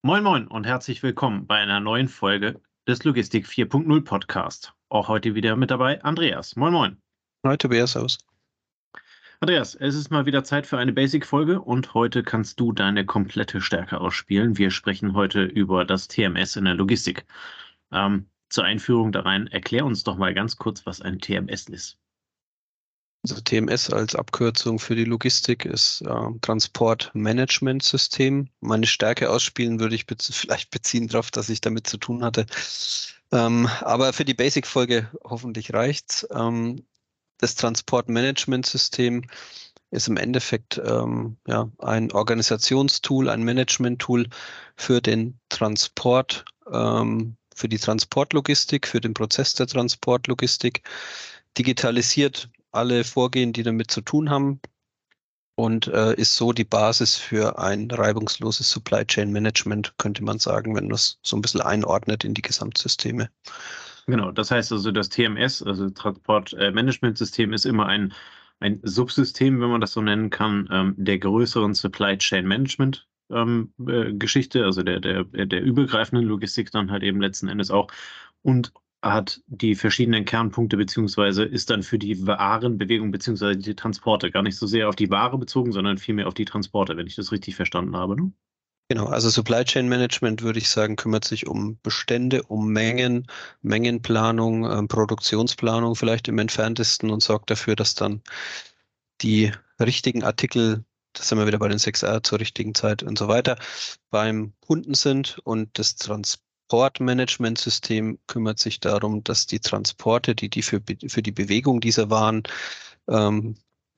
Moin Moin und herzlich willkommen bei einer neuen Folge des Logistik 4.0 Podcast. Auch heute wieder mit dabei Andreas. Moin Moin. Hi Tobias, aus. Andreas, es ist mal wieder Zeit für eine Basic-Folge und heute kannst du deine komplette Stärke ausspielen. Wir sprechen heute über das TMS in der Logistik. Zur Einführung da rein, erklär uns doch mal ganz kurz, was ein TMS ist. Also TMS als Abkürzung für die Logistik ist Transportmanagementsystem. Meine Stärke ausspielen würde ich vielleicht beziehen darauf, dass ich damit zu tun hatte. Aber für die Basic-Folge hoffentlich reicht's. Das Transportmanagementsystem ist im Endeffekt ja, ein Organisationstool, ein Management-Tool für den Transport, für die Transportlogistik, für den Prozess der Transportlogistik, digitalisiert alle Vorgehen, die damit zu tun haben und ist so die Basis für ein reibungsloses Supply Chain Management, könnte man sagen, wenn man das so ein bisschen einordnet in die Gesamtsysteme. Genau, das heißt also, das TMS, also Transportmanagementsystem, ist immer ein Subsystem, wenn man das so nennen kann, der größeren Supply Chain Management Geschichte, also der übergreifenden Logistik dann halt eben letzten Endes auch und hat die verschiedenen Kernpunkte beziehungsweise ist dann für die Warenbewegung beziehungsweise die Transporte gar nicht so sehr auf die Ware bezogen, sondern vielmehr auf die Transporte, wenn ich das richtig verstanden habe, ne? Genau, also Supply Chain Management würde ich sagen, kümmert sich um Bestände, um Mengen, Mengenplanung, Produktionsplanung vielleicht im entferntesten und sorgt dafür, dass dann die richtigen Artikel, das sind wir wieder bei den 6R zur richtigen Zeit und so weiter, beim Kunden sind. Und das Transportmanagementsystem kümmert sich darum, dass die Transporte, die für die Bewegung dieser Waren ähm,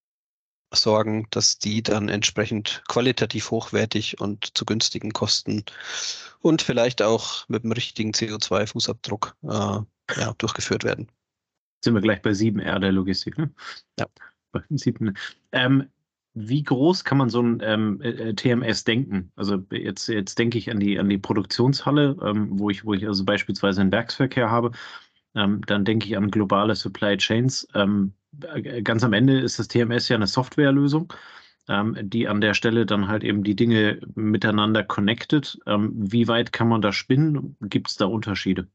sorgen, dass die dann entsprechend qualitativ hochwertig und zu günstigen Kosten und vielleicht auch mit dem richtigen CO2-Fußabdruck ja, durchgeführt werden. Sind wir gleich bei 7R der Logistik, ne? Ja. Bei 7. Wie groß kann man so ein TMS denken? Also jetzt denke ich an die Produktionshalle, wo ich also beispielsweise einen Werksverkehr habe. Dann denke ich an globale Supply Chains. Ganz am Ende ist das TMS ja eine Softwarelösung, die an der Stelle dann halt eben die Dinge miteinander connected. Wie weit kann man da spinnen? Gibt es da Unterschiede?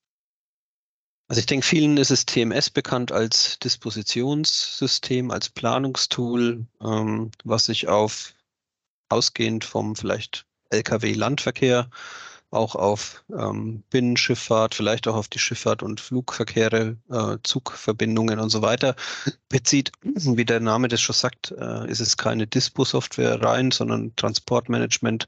Also ich denke, vielen ist es TMS bekannt als Dispositionssystem, als Planungstool, was sich auf ausgehend vom vielleicht Lkw-Landverkehr, auch auf Binnenschifffahrt, vielleicht auch auf die Schifffahrt und Flugverkehre, Zugverbindungen und so weiter bezieht. Wie der Name das schon sagt, ist es keine Dispo-Software rein, sondern Transportmanagement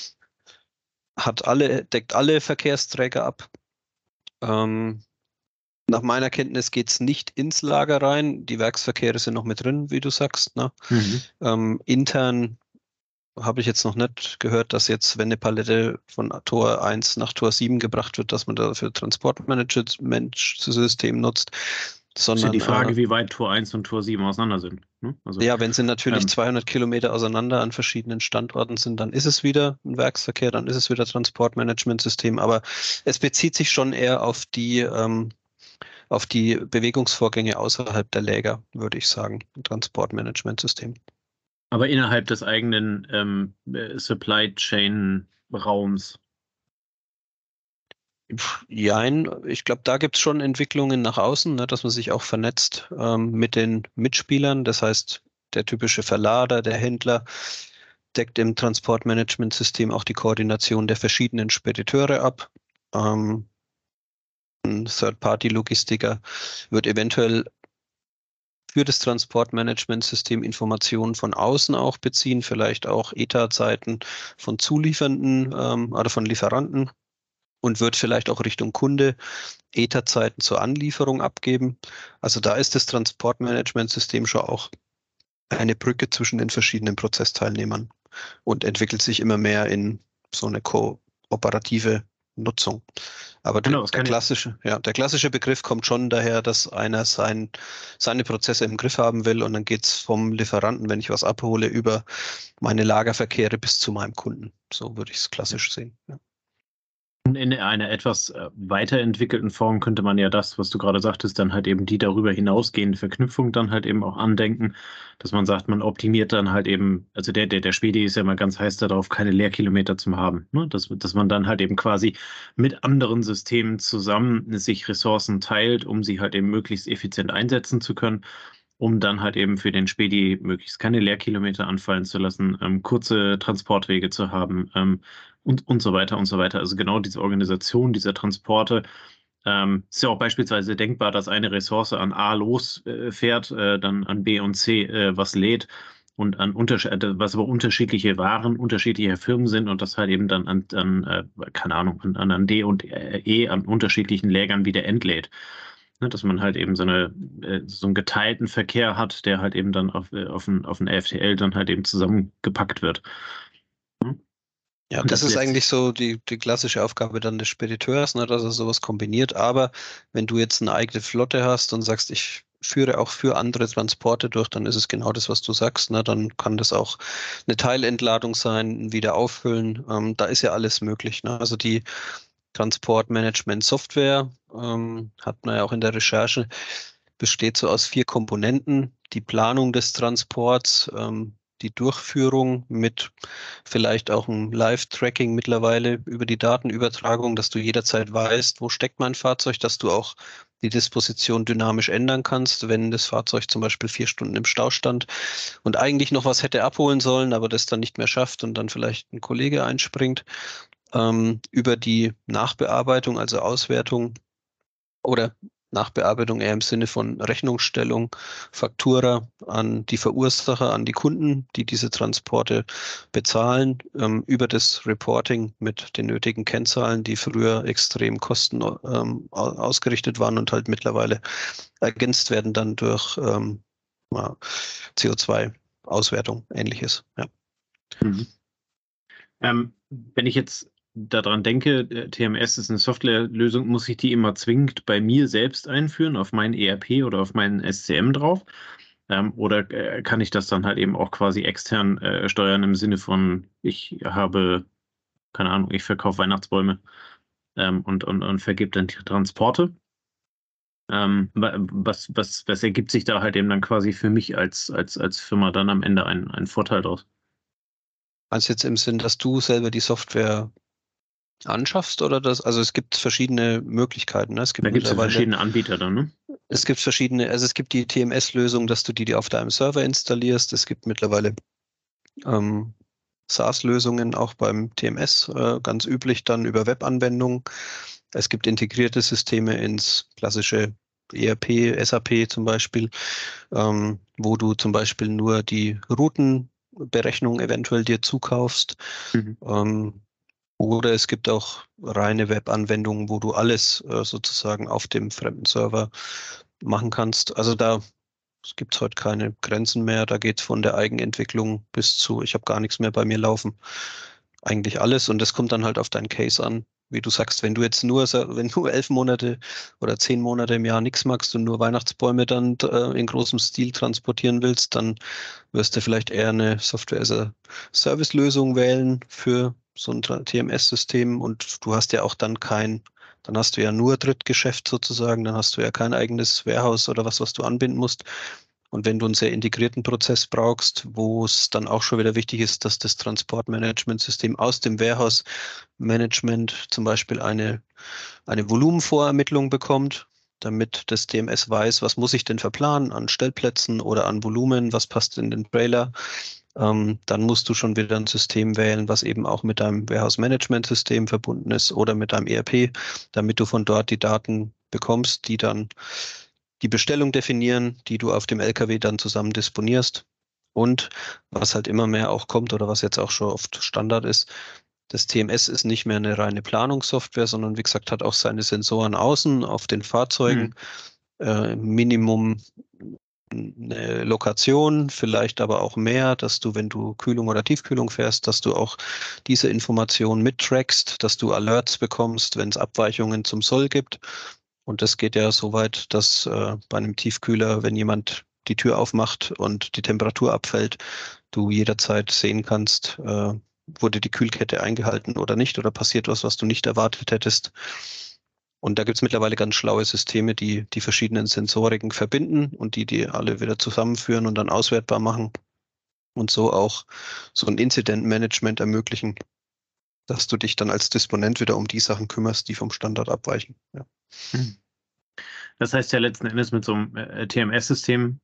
deckt alle Verkehrsträger ab. Ähm, Nach meiner Kenntnis geht es nicht ins Lager rein. Die Werksverkehre sind noch mit drin, wie du sagst, ne? Mhm. Intern habe ich jetzt noch nicht gehört, dass jetzt, wenn eine Palette von Tor 1 nach Tor 7 gebracht wird, dass man dafür Transportmanagement-System nutzt, Ist ja die sondern Frage, wie weit Tor 1 und Tor 7 auseinander sind. Ne? Also, ja, wenn sie natürlich ähm, 200 Kilometer auseinander an verschiedenen Standorten sind, dann ist es wieder ein Werksverkehr, dann ist es wieder Transportmanagementsystem, aber es bezieht sich schon eher auf die Bewegungsvorgänge außerhalb der Läger, würde ich sagen, ein Transportmanagementsystem. aber innerhalb des eigenen Supply Chain Raums. Jein, ich glaube, da gibt es schon Entwicklungen nach außen, ne, dass man sich auch vernetzt mit den Mitspielern. Das heißt, der typische Verlader, der Händler deckt im Transportmanagementsystem auch die Koordination der verschiedenen Spediteure ab. Ähm, ein Third-Party-Logistiker wird eventuell für das Transportmanagementsystem Informationen von außen auch beziehen, vielleicht auch ETA-Zeiten von Zuliefernden oder von Lieferanten und wird vielleicht auch Richtung Kunde ETA-Zeiten zur Anlieferung abgeben. Also da ist das Transportmanagementsystem schon auch eine Brücke zwischen den verschiedenen Prozessteilnehmern und entwickelt sich immer mehr in so eine kooperative Nutzung. Aber Genau, das kann ich. der klassische Begriff kommt schon daher, dass einer seine Prozesse im Griff haben will und dann geht es vom Lieferanten, wenn ich was abhole, über meine Lagerverkehre bis zu meinem Kunden. So würde ich es klassisch sehen. Ja. Und in einer etwas weiterentwickelten Form könnte man ja das, was du gerade sagtest, dann halt eben die darüber hinausgehende Verknüpfung dann halt eben auch andenken, dass man sagt, man optimiert dann halt eben, also der Spedi ist ja mal ganz heiß darauf, keine Leerkilometer zu haben, ne? Dass man dann halt eben quasi mit anderen Systemen zusammen sich Ressourcen teilt, um sie halt eben möglichst effizient einsetzen zu können, um dann halt eben für den Spedi möglichst keine Leerkilometer anfallen zu lassen, kurze Transportwege zu haben, und so weiter und so weiter. Also genau diese Organisation dieser Transporte. Ist ja auch beispielsweise denkbar, dass eine Ressource an A losfährt, dann an B und C was lädt und was aber unterschiedliche Waren unterschiedlicher Firmen sind und das halt eben dann keine Ahnung, an D und E an unterschiedlichen Lägern wieder entlädt. Ne, dass man halt eben so einen geteilten Verkehr hat, der halt eben dann auf ein FTL dann halt eben zusammengepackt wird. Ja, Und das das ist lässt eigentlich sich. so die klassische Aufgabe dann des Spediteurs, ne, dass er sowas kombiniert. Aber wenn du jetzt eine eigene Flotte hast und sagst, ich führe auch für andere Transporte durch, dann ist es genau das, was du sagst. Ne? Dann kann das auch eine Teilentladung sein, ein Wiederauffüllen. Da ist ja alles möglich. Ne? Also die Transportmanagement-Software, hat man ja auch in der Recherche, besteht so aus 4 Komponenten. Die Planung des Transports, die Durchführung mit vielleicht auch ein Live-Tracking mittlerweile über die Datenübertragung, dass du jederzeit weißt, wo steckt mein Fahrzeug, dass du auch die Disposition dynamisch ändern kannst, wenn das Fahrzeug zum Beispiel 4 Stunden im Stau stand und eigentlich noch was hätte abholen sollen, aber das dann nicht mehr schafft und dann vielleicht ein Kollege einspringt. Über die Nachbearbeitung, also Auswertung oder Nachbearbeitung eher im Sinne von Rechnungsstellung, Faktura an die Verursacher, an die Kunden, die diese Transporte bezahlen, über das Reporting mit den nötigen Kennzahlen, die früher extrem ausgerichtet waren und halt mittlerweile ergänzt werden dann durch CO2-Auswertung, ähnliches. Ja. Mhm. Wenn ich jetzt daran denke, TMS ist eine Softwarelösung, muss ich die immer zwingend bei mir selbst einführen, auf mein ERP oder auf meinen SCM drauf? Oder kann ich das dann halt eben auch quasi extern steuern im Sinne von, ich habe, keine Ahnung, ich verkaufe Weihnachtsbäume und vergebe dann die Transporte? Was ergibt sich da halt eben dann quasi für mich als Firma dann am Ende ein Vorteil draus? Also jetzt im Sinn, dass du selber die Software anschaffst oder das? Also es gibt verschiedene Möglichkeiten. Ne? Es Da gibt gibt es ja mittlerweile, verschiedene Anbieter dann, ne? es gibt verschiedene, also es gibt die TMS-Lösung, dass du die auf deinem Server installierst. Es gibt mittlerweile ähm, SaaS-Lösungen auch beim TMS, ganz üblich dann über Webanwendungen. Es gibt integrierte Systeme ins klassische ERP, SAP zum Beispiel, wo du zum Beispiel nur die Routenberechnung eventuell dir zukaufst. Mhm. Ähm, oder es gibt auch reine Webanwendungen, wo du alles sozusagen auf dem fremden Server machen kannst. Also da gibt es heute keine Grenzen mehr. Da geht es von der Eigenentwicklung bis zu, ich habe gar nichts mehr bei mir laufen. Eigentlich alles. Und das kommt dann halt auf deinen Case an. Wie du sagst, wenn du 11 Monate oder 10 Monate im Jahr nichts magst und nur Weihnachtsbäume dann in großem Stil transportieren willst, dann wirst du vielleicht eher eine Software-as-a-Service-Lösung wählen für so ein TMS-System und du hast ja auch dann hast du ja nur Drittgeschäft sozusagen, dann hast du ja kein eigenes Warehouse oder was du anbinden musst. Und wenn du einen sehr integrierten Prozess brauchst, wo es dann auch schon wieder wichtig ist, dass das Transportmanagementsystem aus dem Warehouse-Management zum Beispiel eine Volumenvorermittlung bekommt, damit das TMS weiß, was muss ich denn verplanen an Stellplätzen oder an Volumen, was passt in den Trailer. Dann musst du schon wieder ein System wählen, was eben auch mit deinem Warehouse-Management-System verbunden ist oder mit deinem ERP, damit du von dort die Daten bekommst, die dann die Bestellung definieren, die du auf dem LKW dann zusammen disponierst. Und was halt immer mehr auch kommt oder was jetzt auch schon oft Standard ist, das TMS ist nicht mehr eine reine Planungssoftware, sondern wie gesagt, hat auch seine Sensoren außen auf den Fahrzeugen, Mhm. Minimum eine Lokation, vielleicht aber auch mehr, dass du, wenn du Kühlung oder Tiefkühlung fährst, dass du auch diese Informationen mittrackst, dass du Alerts bekommst, wenn es Abweichungen zum Soll gibt. Und das geht ja so weit, dass bei einem Tiefkühler, wenn jemand die Tür aufmacht und die Temperatur abfällt, du jederzeit sehen kannst, wurde die Kühlkette eingehalten oder nicht, oder passiert was du nicht erwartet hättest. Und da gibt es mittlerweile ganz schlaue Systeme, die die verschiedenen Sensoriken verbinden und die alle wieder zusammenführen und dann auswertbar machen und so auch so ein Incident-Management ermöglichen, dass du dich dann als Disponent wieder um die Sachen kümmerst, die vom Standard abweichen. Ja. Das heißt ja letzten Endes mit so einem TMS-System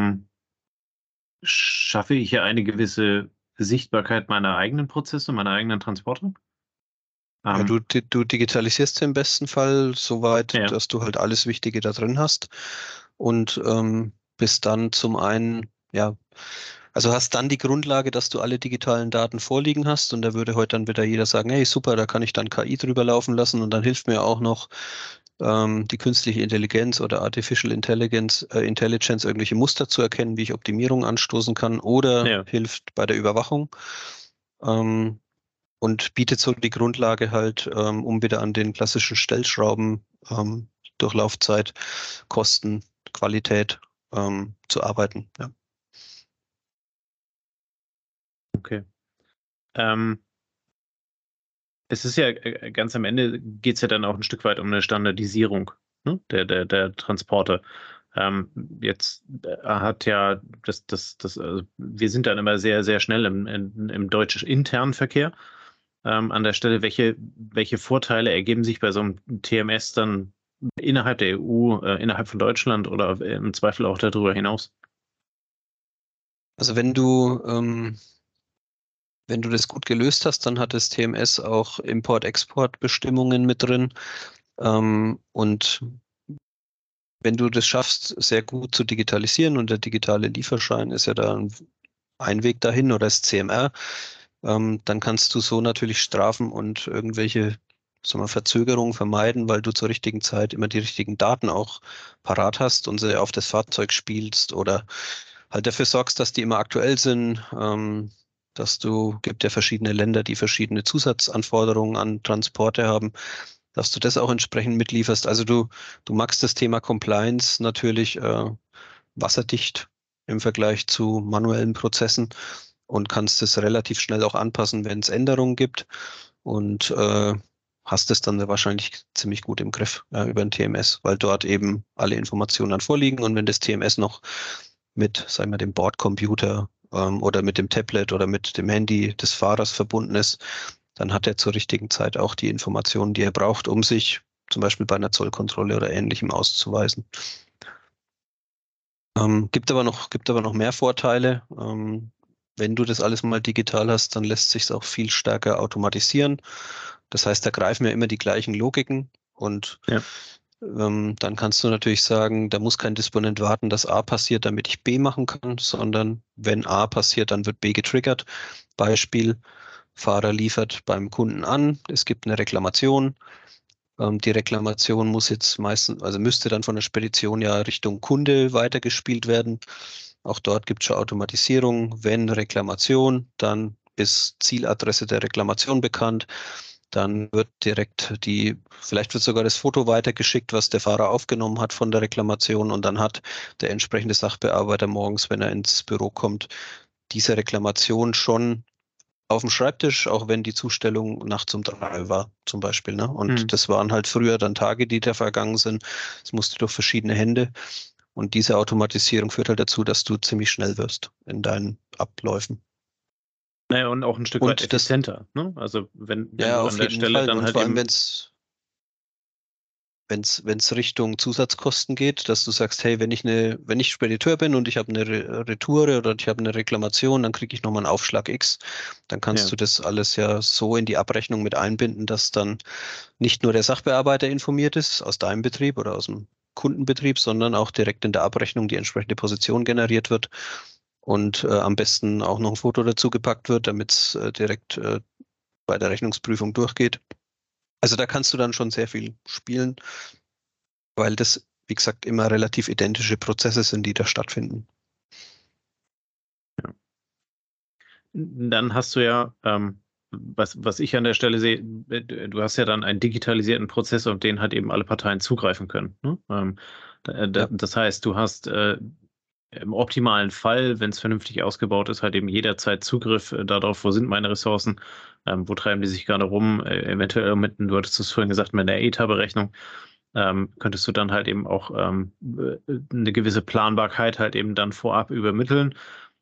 schaffe ich ja eine gewisse Sichtbarkeit meiner eigenen Prozesse, meiner eigenen Transporter. Ja, du digitalisierst sie im besten Fall so weit, Ja. dass du halt alles Wichtige da drin hast und bist dann zum einen, ja, also hast dann die Grundlage, dass du alle digitalen Daten vorliegen hast und da würde heute dann wieder jeder sagen, hey super, da kann ich dann KI drüber laufen lassen und dann hilft mir auch noch die künstliche Intelligenz oder Artificial Intelligence irgendwelche Muster zu erkennen, wie ich Optimierung anstoßen kann oder Ja. hilft bei der Überwachung. Und bietet so die Grundlage halt, um wieder an den klassischen Stellschrauben Durchlaufzeit, Kosten, Qualität zu arbeiten. Ja. Okay. Es ist ja ganz am Ende geht es ja dann auch ein Stück weit um eine Standardisierung, ne, der Transporte. Jetzt hat ja also wir sind dann immer sehr, sehr schnell im deutsch-internen Verkehr. An der Stelle, welche Vorteile ergeben sich bei so einem TMS dann innerhalb der EU, innerhalb von Deutschland oder im Zweifel auch darüber hinaus? Also wenn du das gut gelöst hast, dann hat das TMS auch Import-Export-Bestimmungen mit drin. Und wenn du das schaffst, sehr gut zu digitalisieren und der digitale Lieferschein ist ja da ein Weg dahin oder das CMR, dann kannst du so natürlich Strafen und irgendwelche, sagen wir, Verzögerungen vermeiden, weil du zur richtigen Zeit immer die richtigen Daten auch parat hast und sie auf das Fahrzeug spielst oder halt dafür sorgst, dass die immer aktuell sind. Gibt ja verschiedene Länder, die verschiedene Zusatzanforderungen an Transporte haben, dass du das auch entsprechend mitlieferst. Also du magst das Thema Compliance natürlich wasserdicht im Vergleich zu manuellen Prozessen und kannst es relativ schnell auch anpassen, wenn es Änderungen gibt und hast es dann wahrscheinlich ziemlich gut im Griff über ein TMS, weil dort eben alle Informationen dann vorliegen und wenn das TMS noch mit, sagen wir, dem Bordcomputer oder mit dem Tablet oder mit dem Handy des Fahrers verbunden ist, dann hat er zur richtigen Zeit auch die Informationen, die er braucht, um sich zum Beispiel bei einer Zollkontrolle oder Ähnlichem auszuweisen. Gibt aber noch mehr Vorteile. Wenn du das alles mal digital hast, dann lässt sich es auch viel stärker automatisieren. Das heißt, da greifen ja immer die gleichen Logiken und Ja. dann kannst du natürlich sagen, da muss kein Disponent warten, dass A passiert, damit ich B machen kann, sondern wenn A passiert, dann wird B getriggert. Beispiel, Fahrer liefert beim Kunden an, es gibt eine Reklamation. Die Reklamation muss jetzt meistens, also müsste dann von der Spedition ja Richtung Kunde weitergespielt werden. Auch dort gibt es schon Automatisierung. Wenn Reklamation, dann ist Zieladresse der Reklamation bekannt. Dann wird vielleicht wird sogar das Foto weitergeschickt, was der Fahrer aufgenommen hat von der Reklamation. Und dann hat der entsprechende Sachbearbeiter morgens, wenn er ins Büro kommt, diese Reklamation schon auf dem Schreibtisch, auch wenn die Zustellung nachts um 3 war, zum Beispiel. Ne? Und das waren halt früher dann Tage, die da vergangen sind. Es musste durch verschiedene Hände. Und diese Automatisierung führt halt dazu, dass du ziemlich schnell wirst in deinen Abläufen. Naja, und auch ein Stück weit Und das, effizienter, ne? Also wenn ja, du an auf der jeden Stelle Fall. dann Und halt vor allem, eben. Wenn's Richtung Zusatzkosten geht, dass du sagst, hey, wenn ich Spediteur bin und ich habe eine Retoure oder ich habe eine Reklamation, dann kriege ich nochmal einen Aufschlag X. Dann kannst Ja. du das alles ja so in die Abrechnung mit einbinden, dass dann nicht nur der Sachbearbeiter informiert ist aus deinem Betrieb oder aus dem Kundenbetrieb, sondern auch direkt in der Abrechnung die entsprechende Position generiert wird und am besten auch noch ein Foto dazu gepackt wird, damit es direkt bei der Rechnungsprüfung durchgeht. Also da kannst du dann schon sehr viel spielen, weil das, wie gesagt, immer relativ identische Prozesse sind, die da stattfinden. Dann hast du ja, was ich an der Stelle sehe, du hast ja dann einen digitalisierten Prozess, auf den halt eben alle Parteien zugreifen können. Ne? Ja. Das heißt, du hast im optimalen Fall, wenn es vernünftig ausgebaut ist, halt eben jederzeit Zugriff darauf, wo sind meine Ressourcen, wo treiben die sich gerade rum, eventuell du hattest es vorhin gesagt, mit der ETA-Berechnung, könntest du dann halt eben auch eine gewisse Planbarkeit halt eben dann vorab übermitteln.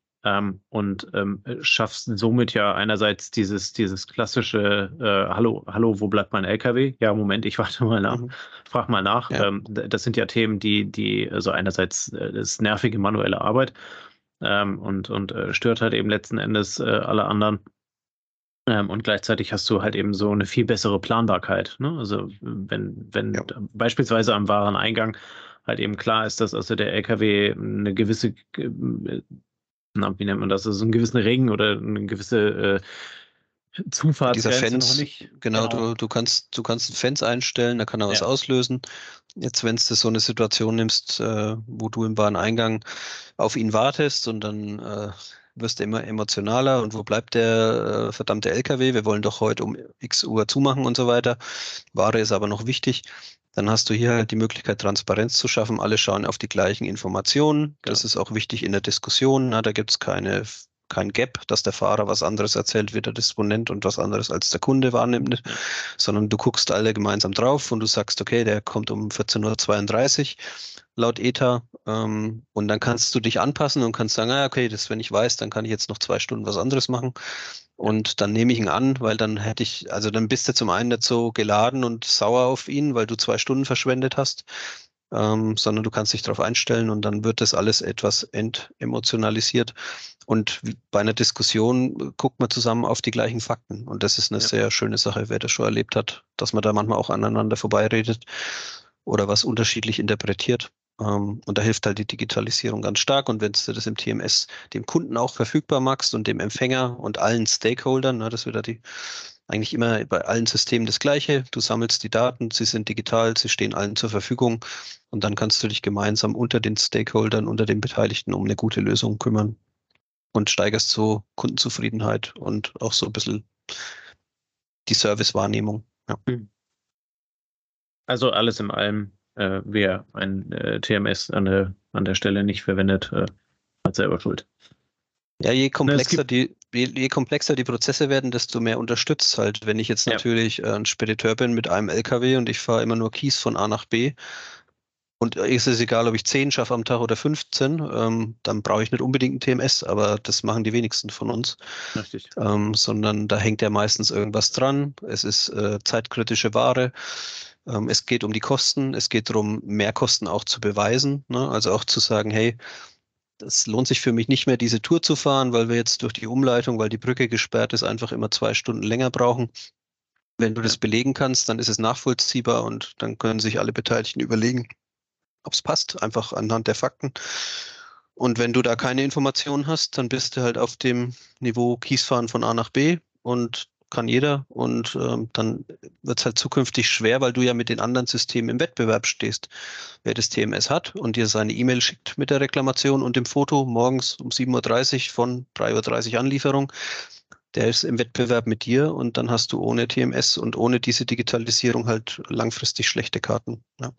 Und schaffst somit ja einerseits dieses klassische Hallo, wo bleibt mein LKW? Ja, Moment, ich warte mal nach, frag mal nach. Ja. Das sind ja Themen, die also einerseits das nervige manuelle Arbeit und stört halt eben letzten Endes alle anderen. Und gleichzeitig hast du halt eben so eine viel bessere Planbarkeit. Ne? Also wenn Ja. beispielsweise am Wareneingang halt eben klar ist, dass also der LKW eine gewisse wie nennt man das? Also einen gewissen Ring oder eine gewisse Dieser Zufahrtsgrenze noch Fence, nicht. genau, Genau. du kannst ein Fence einstellen, da kann er was Ja, auslösen. Jetzt, wenn du so eine Situation nimmst, wo du im Wareneingang auf ihn wartest und dann wirst du immer emotionaler und wo bleibt der verdammte LKW? Wir wollen doch heute um X Uhr zumachen und so weiter. Ware ist aber noch wichtig. Dann hast du hier halt die Möglichkeit, Transparenz zu schaffen. Alle schauen auf die gleichen Informationen. Das genau. ist auch wichtig in der Diskussion. Na, da gibt es kein Gap, dass der Fahrer was anderes erzählt wie der Disponent und was anderes als der Kunde wahrnimmt, Ja, sondern du guckst alle gemeinsam drauf und du sagst, okay, der kommt um 14:32 Uhr laut ETA, und dann kannst du dich anpassen und kannst sagen, okay, das, wenn ich weiß, dann kann ich jetzt noch 2 Stunden was anderes machen. ja, Und dann nehme ich ihn an, weil dann hätte ich, also dann bist du zum einen nicht so geladen und sauer auf ihn, weil du 2 Stunden verschwendet hast, sondern du kannst dich darauf einstellen und dann wird das alles etwas entemotionalisiert. Und bei einer Diskussion guckt man zusammen auf die gleichen Fakten. Und das ist eine ja. sehr schöne Sache, wer das schon erlebt hat, dass man da manchmal auch aneinander vorbeiredet oder was unterschiedlich interpretiert. Und da hilft halt die Digitalisierung ganz stark. Und wenn du das im TMS dem Kunden auch verfügbar machst und dem Empfänger und allen Stakeholdern, das wird ja eigentlich immer bei allen Systemen das Gleiche. Du sammelst die Daten, sie sind digital, sie stehen allen zur Verfügung. Und dann kannst du dich gemeinsam unter den Stakeholdern, unter den Beteiligten um eine gute Lösung kümmern und steigerst so Kundenzufriedenheit und auch so ein bisschen die Servicewahrnehmung. Ja. Hm. Also alles in allem, wer ein TMS an der Stelle nicht verwendet, hat selber Schuld. Ja, Na, es gibt, je komplexer die Prozesse werden, desto mehr unterstützt halt. Wenn ich jetzt ja, natürlich ein Spediteur bin mit einem LKW und ich fahre immer nur Kies von A nach B und ist es egal, ob ich 10 schaffe am Tag oder 15, dann brauche ich nicht unbedingt ein TMS, aber das machen die wenigsten von uns. richtig. Sondern da hängt ja meistens irgendwas dran. Es ist zeitkritische Ware. Es geht um die Kosten. Es geht darum, Mehrkosten auch zu beweisen. Ne? Also auch zu sagen, hey, das lohnt sich für mich nicht mehr, diese Tour zu fahren, weil wir jetzt durch die Umleitung, weil die Brücke gesperrt ist, einfach immer 2 Stunden länger brauchen. Wenn du Ja, das belegen kannst, dann ist es nachvollziehbar und dann können sich alle Beteiligten überlegen, ob es passt, einfach anhand der Fakten. Und wenn du da keine Informationen hast, dann bist du halt auf dem Niveau Kiesfahren von A nach B und kann jeder. Und dann wird es halt zukünftig schwer, weil du ja mit den anderen Systemen im Wettbewerb stehst. Wer das TMS hat und dir seine E-Mail schickt mit der Reklamation und dem Foto morgens um 7:30 Uhr von 3:30 Uhr Anlieferung, der ist im Wettbewerb mit dir und dann hast du ohne TMS und ohne diese Digitalisierung halt langfristig schlechte Karten. Ja.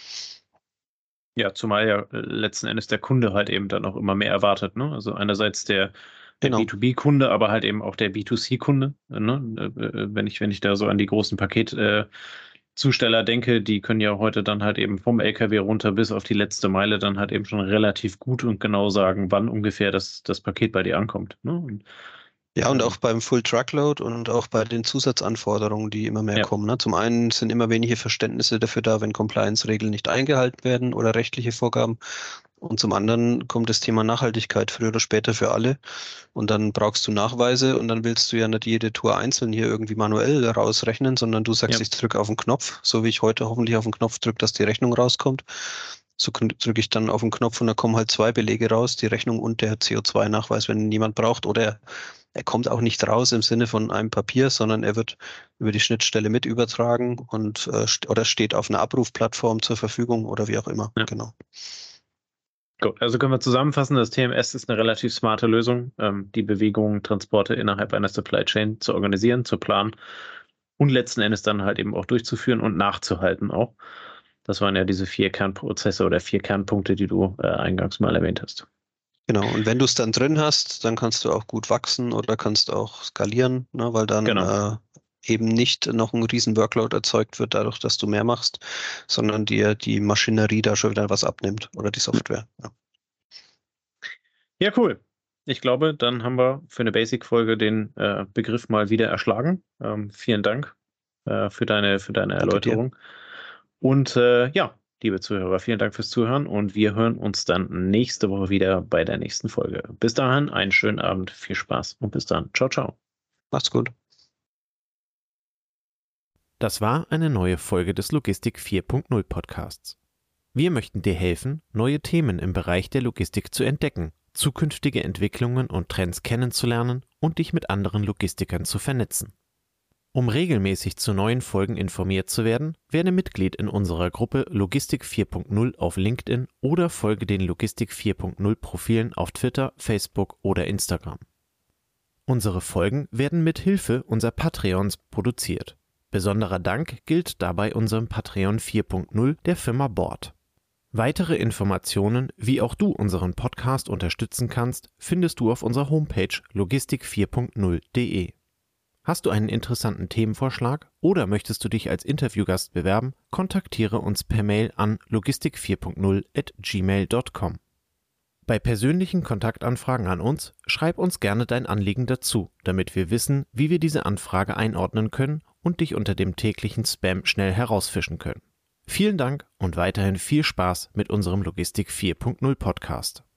ja, zumal ja letzten Endes der Kunde halt eben dann auch immer mehr erwartet. Ne? Also einerseits der Genau. B2B-Kunde, aber halt eben auch der B2C-Kunde. Ne? Wenn ich da so an die großen Paketzusteller denke, die können ja heute dann halt eben vom LKW runter bis auf die letzte Meile dann halt eben schon relativ gut und genau sagen, wann ungefähr das Paket bei dir ankommt. Ne? Und, Ja, und auch beim Full Truckload und auch bei den Zusatzanforderungen, die immer mehr ja, kommen. Ne? Zum einen sind immer weniger Verständnisse dafür da, wenn Compliance-Regeln nicht eingehalten werden oder rechtliche Vorgaben. Und zum anderen kommt das Thema Nachhaltigkeit früher oder später für alle. Und dann brauchst du Nachweise und dann willst du ja nicht jede Tour einzeln hier irgendwie manuell rausrechnen, sondern du sagst, ja, ich drücke auf den Knopf, so wie ich heute hoffentlich auf den Knopf drücke, dass die Rechnung rauskommt. So drücke ich dann auf den Knopf und da kommen halt 2 Belege raus, die Rechnung und der CO2-Nachweis, wenn ihn jemand braucht. Oder er kommt auch nicht raus im Sinne von einem Papier, sondern er wird über die Schnittstelle mit übertragen und oder steht auf einer Abrufplattform zur Verfügung oder wie auch immer. ja. Genau. Gut, also können wir zusammenfassen, das TMS ist eine relativ smarte Lösung, die Bewegungen, Transporte innerhalb einer Supply Chain zu organisieren, zu planen und letzten Endes dann halt eben auch durchzuführen und nachzuhalten auch. Das waren ja diese 4 Kernprozesse oder 4 Kernpunkte, die du eingangs mal erwähnt hast. Genau, und wenn du es dann drin hast, dann kannst du auch gut wachsen oder kannst auch skalieren, ne, weil dann Genau. eben nicht noch ein riesen Workload erzeugt wird dadurch, dass du mehr machst, sondern dir die Maschinerie da schon wieder was abnimmt oder die Software. Ja. Ja, cool. Ich glaube, dann haben wir für eine Basic-Folge den Begriff mal wieder erschlagen. Vielen Dank für deine Danke dir. Erläuterung. Und ja, liebe Zuhörer, vielen Dank fürs Zuhören und wir hören uns dann nächste Woche wieder bei der nächsten Folge. Bis dahin, einen schönen Abend, viel Spaß und bis dann. Ciao, ciao. Macht's gut. Das war eine neue Folge des Logistik 4.0 Podcasts. Wir möchten dir helfen, neue Themen im Bereich der Logistik zu entdecken, zukünftige Entwicklungen und Trends kennenzulernen und dich mit anderen Logistikern zu vernetzen. Um regelmäßig zu neuen Folgen informiert zu werden, werde Mitglied in unserer Gruppe Logistik 4.0 auf LinkedIn oder folge den Logistik 4.0 Profilen auf Twitter, Facebook oder Instagram. Unsere Folgen werden mit Hilfe unserer Patreons produziert. Besonderer Dank gilt dabei unserem Patreon 4.0 der Firma Board. Weitere Informationen, wie auch du unseren Podcast unterstützen kannst, findest du auf unserer Homepage logistik4.0.de. Hast du einen interessanten Themenvorschlag oder möchtest du dich als Interviewgast bewerben, kontaktiere uns per Mail an logistik4.0@gmail.com. Bei persönlichen Kontaktanfragen an uns, schreib uns gerne dein Anliegen dazu, damit wir wissen, wie wir diese Anfrage einordnen können und dich unter dem täglichen Spam schnell herausfischen können. Vielen Dank und weiterhin viel Spaß mit unserem Logistik 4.0 Podcast.